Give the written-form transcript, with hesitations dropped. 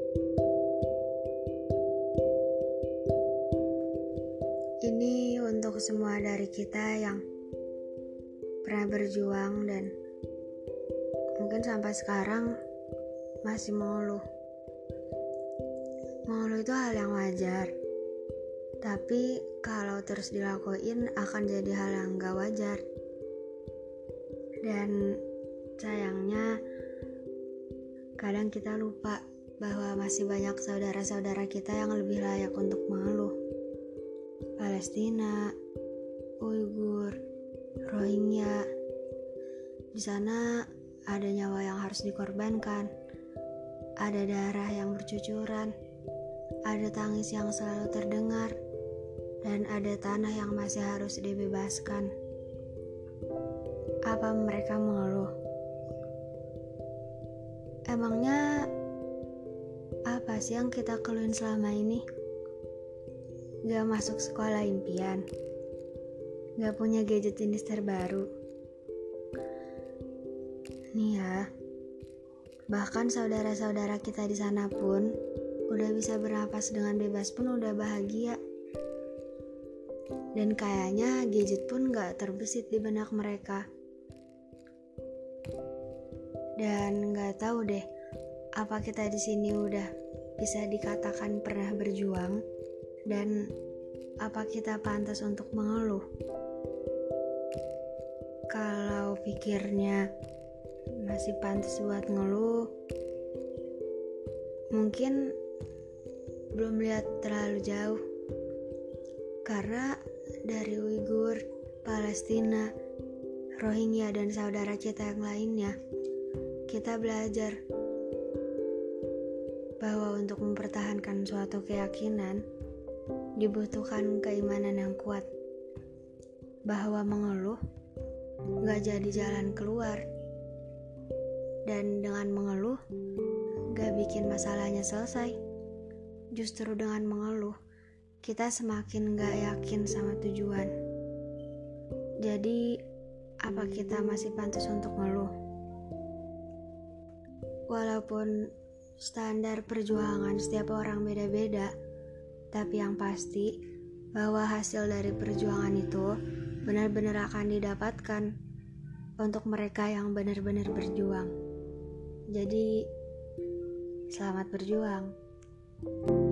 Ini untuk semua dari kita yang pernah berjuang dan mungkin sampai sekarang masih mengeluh. Mengeluh itu hal yang wajar, tapi kalau terus dilakuin akan jadi hal yang gak wajar. Dan sayangnya kadang kita lupa bahwa masih banyak saudara-saudara kita yang lebih layak untuk mengeluh. Palestina, Uighur, Rohingya. Di sana ada nyawa yang harus dikorbankan, ada darah yang bercucuran, ada tangis yang selalu terdengar, dan ada tanah yang masih harus dibebaskan. Apa mereka mengeluh? Emangnya apa sih yang kita keluhin selama ini? Gak masuk sekolah impian, gak punya gadget jenis terbaru. Nih ya, bahkan saudara-saudara kita di sana pun udah bisa bernapas dengan bebas pun udah bahagia. Dan kayaknya gadget pun gak terbesit di benak mereka. Dan gak tahu deh, apa kita di sini udah bisa dikatakan pernah berjuang? Dan apa kita pantas untuk mengeluh? Kalau pikirnya masih pantas buat ngeluh, mungkin belum lihat terlalu jauh. Karena dari Uighur, Palestina, Rohingya dan saudara kita yang lainnya, kita belajar bahwa untuk mempertahankan suatu keyakinan dibutuhkan keimanan yang kuat, bahwa mengeluh gak jadi jalan keluar, dan dengan mengeluh gak bikin masalahnya selesai. Justru dengan mengeluh kita semakin gak yakin sama tujuan. Jadi apa kita masih pantas untuk mengeluh? Walaupun standar perjuangan setiap orang beda-beda, tapi yang pasti bahwa hasil dari perjuangan itu benar-benar akan didapatkan untuk mereka yang benar-benar berjuang. Jadi, selamat berjuang.